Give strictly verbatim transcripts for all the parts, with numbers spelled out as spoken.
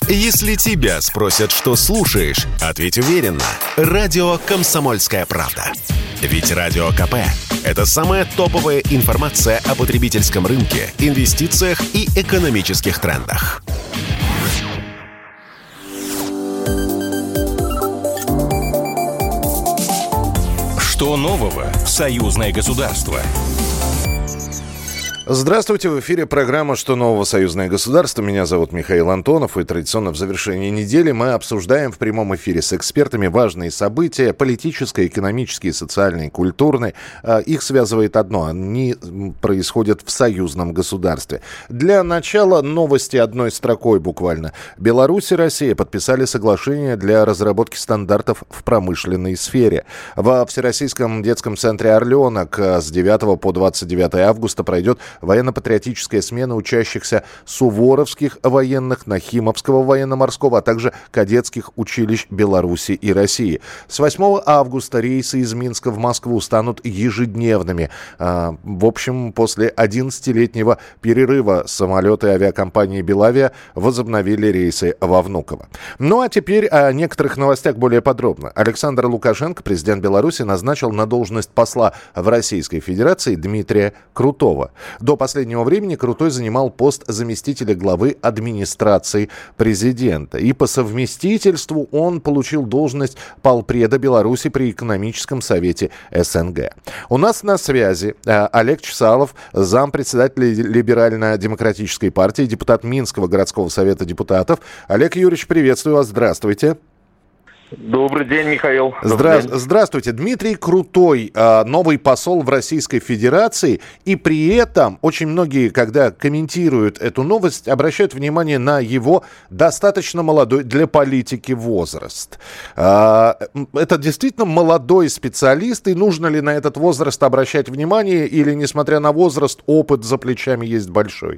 Если тебя спросят, что слушаешь, ответь уверенно. Радио «Комсомольская правда». Ведь Радио КП – это самая топовая информация о потребительском рынке, инвестициях и экономических трендах. Что нового в союзное государство? Здравствуйте, в эфире программа «Что нового? Союзное государство». Меня зовут Михаил Антонов, и традиционно в завершении недели мы обсуждаем в прямом эфире с экспертами важные события, политические, экономические, социальные, культурные. Их связывает одно – они происходят в союзном государстве. Для начала новости одной строкой буквально. Беларусь и Россия подписали соглашение для разработки стандартов в промышленной сфере. Во Всероссийском детском центре «Орленок» с девятого по двадцать девятое августа пройдет военно-патриотическая смена учащихся Суворовских военных, Нахимовского военно-морского, а также кадетских училищ Беларуси и России. С восьмого августа рейсы из Минска в Москву станут ежедневными. А, в общем, после одиннадцатилетнего перерыва самолеты авиакомпании «Белавия» возобновили рейсы во Внуково. Ну а теперь о некоторых новостях более подробно. Александр Лукашенко, президент Беларуси, назначил на должность посла в Российской Федерации Дмитрия Крутого. До последнего времени Крутой занимал пост заместителя главы администрации президента. И по совместительству он получил должность полпреда Беларуси при экономическом совете СНГ. У нас на связи Олег Чесалов, зампредседателя Либерально-демократической партии, депутат Минского городского совета депутатов. Олег Юрьевич, приветствую вас. Здравствуйте. Добрый день, Михаил. Здра... день. Здравствуйте. Дмитрий Крутой, новый посол в Российской Федерации, и при этом очень многие, когда комментируют эту новость, обращают внимание на его достаточно молодой для политики возраст. Это действительно молодой специалист, и нужно ли на этот возраст обращать внимание, или, несмотря на возраст, опыт за плечами есть большой?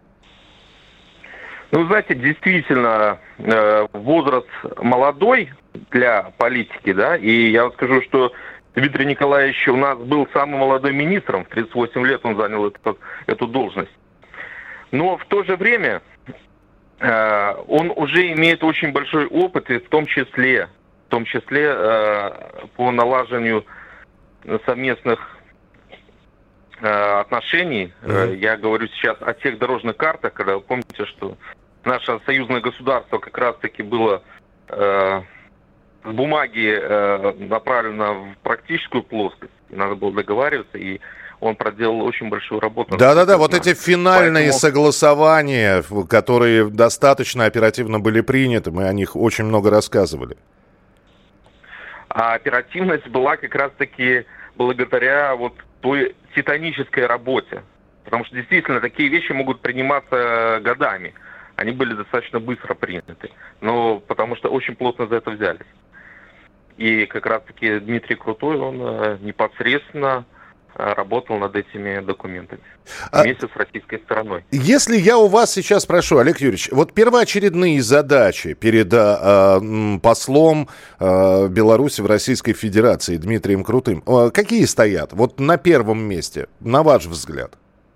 Ну, знаете, действительно, возраст молодой для политики, да, и я вам скажу, что Дмитрий Николаевич у нас был самым молодым министром, в тридцать восемь лет он занял эту, эту должность. Но в то же время э, он уже имеет очень большой опыт, и в том числе, в том числе э, по налаживанию совместных э, отношений. Mm-hmm. Я говорю сейчас о тех дорожных картах, когда вы помните, что наше союзное государство как раз-таки было э, с бумаги э, направлено в практическую плоскость. Надо было договариваться, и он проделал очень большую работу. Да-да-да, вот эти финальные Поэтому... согласования, которые достаточно оперативно были приняты, мы о них очень много рассказывали. А оперативность была как раз-таки благодаря вот той титанической работе. Потому что действительно такие вещи могут приниматься годами. Они были достаточно быстро приняты. Но потому что очень плотно за это взялись. И как раз-таки Дмитрий Крутой, он непосредственно работал над этими документами вместе а... с российской стороной. Если я у вас сейчас спрошу, Олег Юрьевич, вот первоочередные задачи перед э, послом э, Беларуси в Российской Федерации Дмитрием Крутым, э, какие стоят? Вот на первом месте, на ваш взгляд?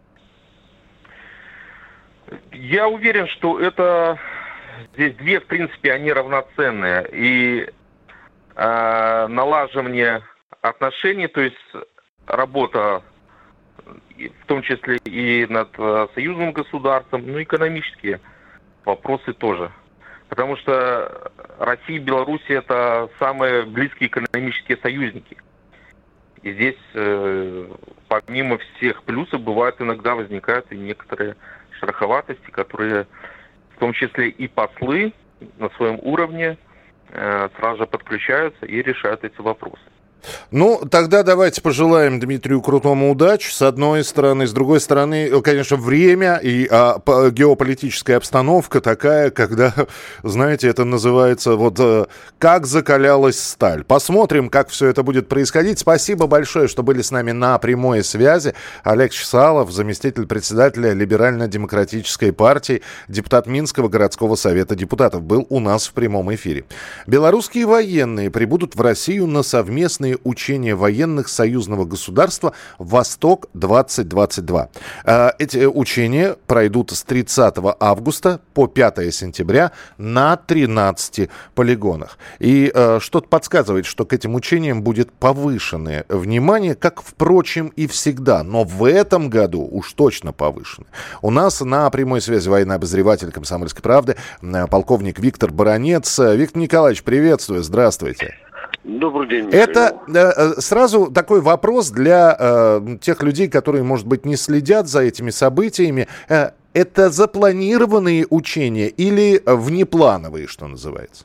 Я уверен, что это здесь две, в принципе, они равноценные. И э, налаживание отношений, то есть работа, в том числе и над э, союзным государством, ну, экономические вопросы тоже. Потому что Россия и Беларусь – это самые близкие экономические союзники. И здесь, э, помимо всех плюсов, бывают иногда возникают и некоторые шероховатости, которые, в том числе и послы на своем уровне, э, сразу же подключаются и решают эти вопросы. Ну, тогда давайте пожелаем Дмитрию Крутому удачи, с одной стороны. С другой стороны, конечно, время и а, геополитическая обстановка такая, когда, знаете, это называется вот «как закалялась сталь». Посмотрим, как все это будет происходить. Спасибо большое, что были с нами на прямой связи. Олег Чесалов, заместитель председателя Либерально-демократической партии, депутат Минского городского совета депутатов, был у нас в прямом эфире. Белорусские военные прибудут в Россию на совместный главные учения военных союзного государства «Восток-двадцать двадцать два». Эти учения пройдут с тридцатого августа по пятого сентября на тринадцати полигонах. И что-то подсказывает, что к этим учениям будет повышенное внимание, как, впрочем, и всегда. Но в этом году уж точно повышено. У нас на прямой связи военный обозреватель «Комсомольской правды» полковник Виктор Баранец. Виктор Николаевич, приветствую, здравствуйте. Добрый день, Михаил. Это э, сразу такой вопрос для э, тех людей, которые, может быть, не следят за этими событиями. Э, это запланированные учения или внеплановые, что называется?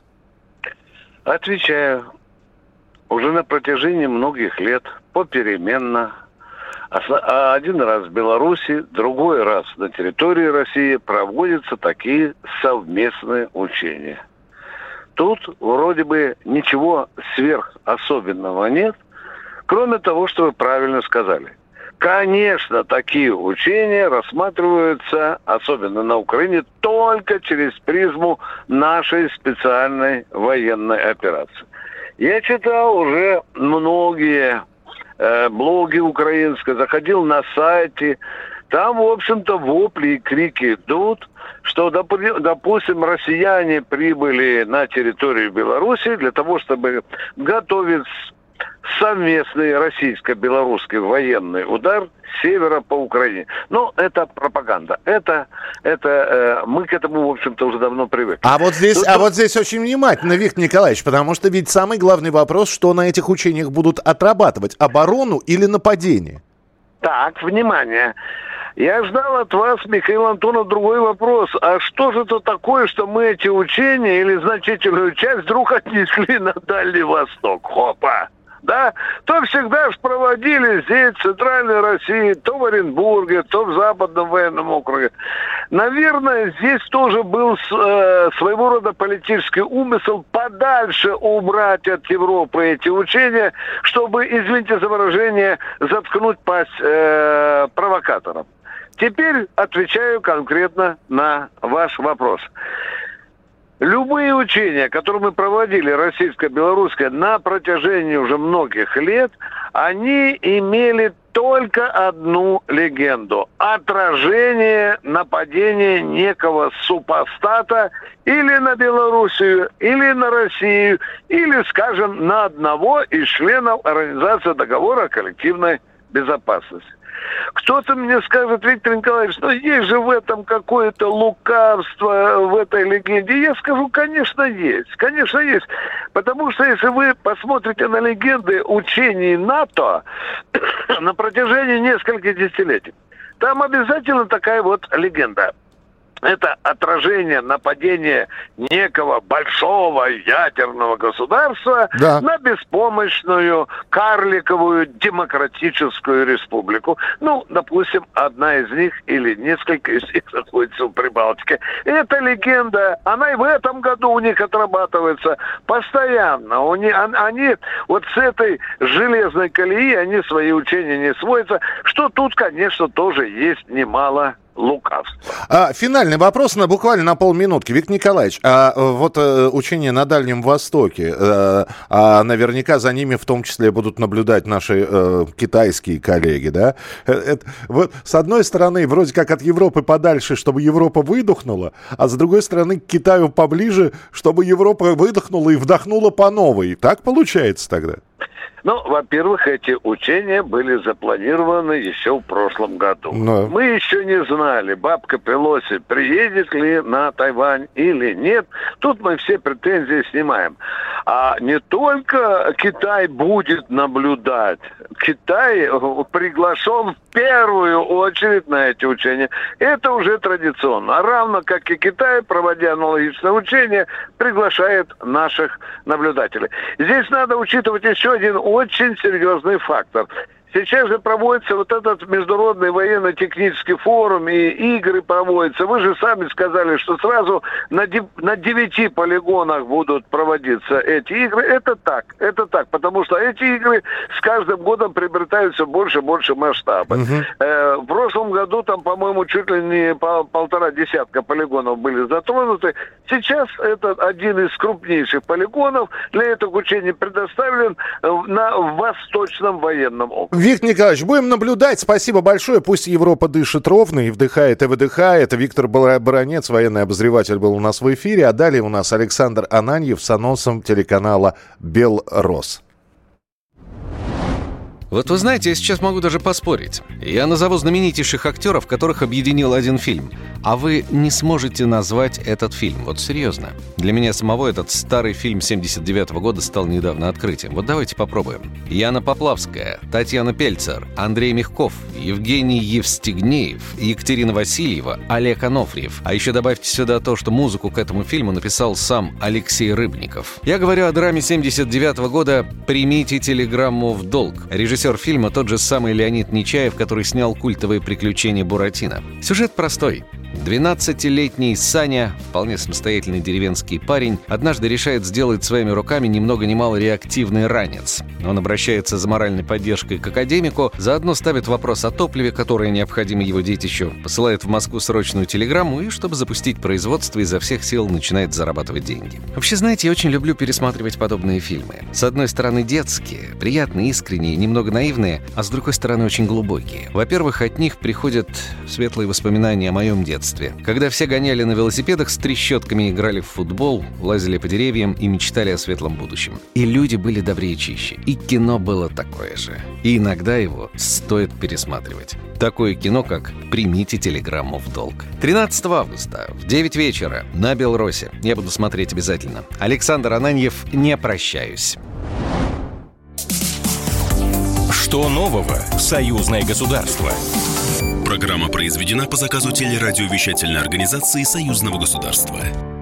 Отвечаю. Уже на протяжении многих лет попеременно один раз в Беларуси, другой раз на территории России проводятся такие совместные учения. Тут вроде бы ничего сверхособенного нет, кроме того, что вы правильно сказали. Конечно, такие учения рассматриваются, особенно на Украине, только через призму нашей специальной военной операции. Я читал уже многие э, блоги украинские, заходил на сайты. Там, в общем-то, вопли и крики идут, что, допустим, россияне прибыли на территорию Беларуси для того, чтобы готовить совместный российско-белорусский военный удар с севера по Украине. Но это пропаганда. Это, это э, мы к этому, в общем-то, уже давно привыкли. А вот здесь, Тут... а вот здесь очень внимательно, Виктор Николаевич, потому что ведь самый главный вопрос, что на этих учениях будут отрабатывать: оборону или нападение? Так, внимание. Я ждал от вас, Михаил Антонов, другой вопрос. А что же это такое, что мы эти учения или значительную часть вдруг отнесли на Дальний Восток? Хопа! Да? То всегда же проводили здесь, в Центральной России, то в Оренбурге, то в Западном военном округе. Наверное, здесь тоже был э, своего рода политический умысел подальше убрать от Европы эти учения, чтобы, извините за выражение, заткнуть пасть э, провокаторам. Теперь отвечаю конкретно на ваш вопрос. Любые учения, которые мы проводили, российско-белорусские, на протяжении уже многих лет, они имели только одну легенду. Отражение нападения некого супостата или на Белоруссию, или на Россию, или, скажем, на одного из членов Организации договора о коллективной безопасности. Кто-то мне скажет: Виктор Николаевич, ну есть же в этом какое-то лукавство, в этой легенде. Я скажу: конечно, есть. Конечно, есть. Потому что если вы посмотрите на легенды учений НАТО на протяжении нескольких десятилетий, там обязательно такая вот легенда. Это отражение нападения некого большого ядерного государства да. на беспомощную карликовую демократическую республику. Ну, допустим, одна из них или несколько из них находится в Прибалтике. Эта легенда, она и в этом году у них отрабатывается постоянно. У них, они вот с этой железной колеи, они свои учения не сводятся, что тут, конечно, тоже есть немало лукавство. А, финальный вопрос на буквально на полминутки. Виктор Николаевич, а вот э, учения на Дальнем Востоке, э, а наверняка за ними в том числе будут наблюдать наши э, китайские коллеги, да? Это, вот, с одной стороны, вроде как от Европы подальше, чтобы Европа выдохнула, а с другой стороны, к Китаю поближе, чтобы Европа выдохнула и вдохнула по новой. Так получается тогда? Ну, во-первых, эти учения были запланированы еще в прошлом году. Но... Мы еще не знали, бабка Пелоси приедет ли на Тайвань или нет. Тут мы все претензии снимаем. А не только Китай будет наблюдать. Китай приглашен в первую очередь на эти учения. Это уже традиционно. А равно как и Китай, проводя аналогичные учения, приглашает наших наблюдателей. Здесь надо учитывать еще один очень серьезный фактор. Сейчас же проводится вот этот международный военно-технический форум, и игры проводятся. Вы же сами сказали, что сразу на девяти полигонах будут проводиться эти игры. Это так, это так, потому что эти игры с каждым годом приобретаются больше и больше масштаба. Uh-huh. Э, в прошлом году там, по-моему, чуть ли не по полтора десятка полигонов были затронуты. Сейчас это один из крупнейших полигонов. Для этого учения предоставлен на Восточном военном округе. Виктор Николаевич, будем наблюдать. Спасибо большое. Пусть Европа дышит ровно и вдыхает, и выдыхает. Виктор Баранец, военный обозреватель, был у нас в эфире. А далее у нас Александр Ананьев с анонсом телеканала «Белрос». Вот вы знаете, я сейчас могу даже поспорить. Я назову знаменитейших актеров, которых объединил один фильм. А вы не сможете назвать этот фильм. Вот серьезно. Для меня самого этот старый фильм семьдесят девятого года стал недавно открытием. Вот давайте попробуем. Яна Поплавская, Татьяна Пельцер, Андрей Мягков, Евгений Евстигнеев, Екатерина Васильева, Олег Анофриев. А еще добавьте сюда то, что музыку к этому фильму написал сам Алексей Рыбников. Я говорю о драме семьдесят девятого года «Примите телеграмму в долг». Режиссер фильма тот же самый Леонид Нечаев, который снял культовые приключения Буратино. Сюжет простой. двенадцатилетний Саня, вполне самостоятельный деревенский парень, однажды решает сделать своими руками ни много ни мало реактивный ранец. Он обращается за моральной поддержкой к академику, заодно ставит вопрос о топливе, которое необходимо его детищу, посылает в Москву срочную телеграмму и, чтобы запустить производство, изо всех сил начинает зарабатывать деньги. Вообще, знаете, я очень люблю пересматривать подобные фильмы. С одной стороны, детские, приятные, искренние, немного наивные, а с другой стороны, очень глубокие. Во-первых, от них приходят светлые воспоминания о моем детстве, когда все гоняли на велосипедах с трещотками, играли в футбол, лазили по деревьям и мечтали о светлом будущем. И люди были добрее и чище. И кино было такое же. И иногда его стоит пересматривать. Такое кино, как «Примите телеграмму в долг». тринадцатого августа в девять вечера на Белросе. Я буду смотреть обязательно. Александр Ананьев, не прощаюсь. Что нового в союзное государство? Программа произведена по заказу телерадиовещательной организации Союзного государства.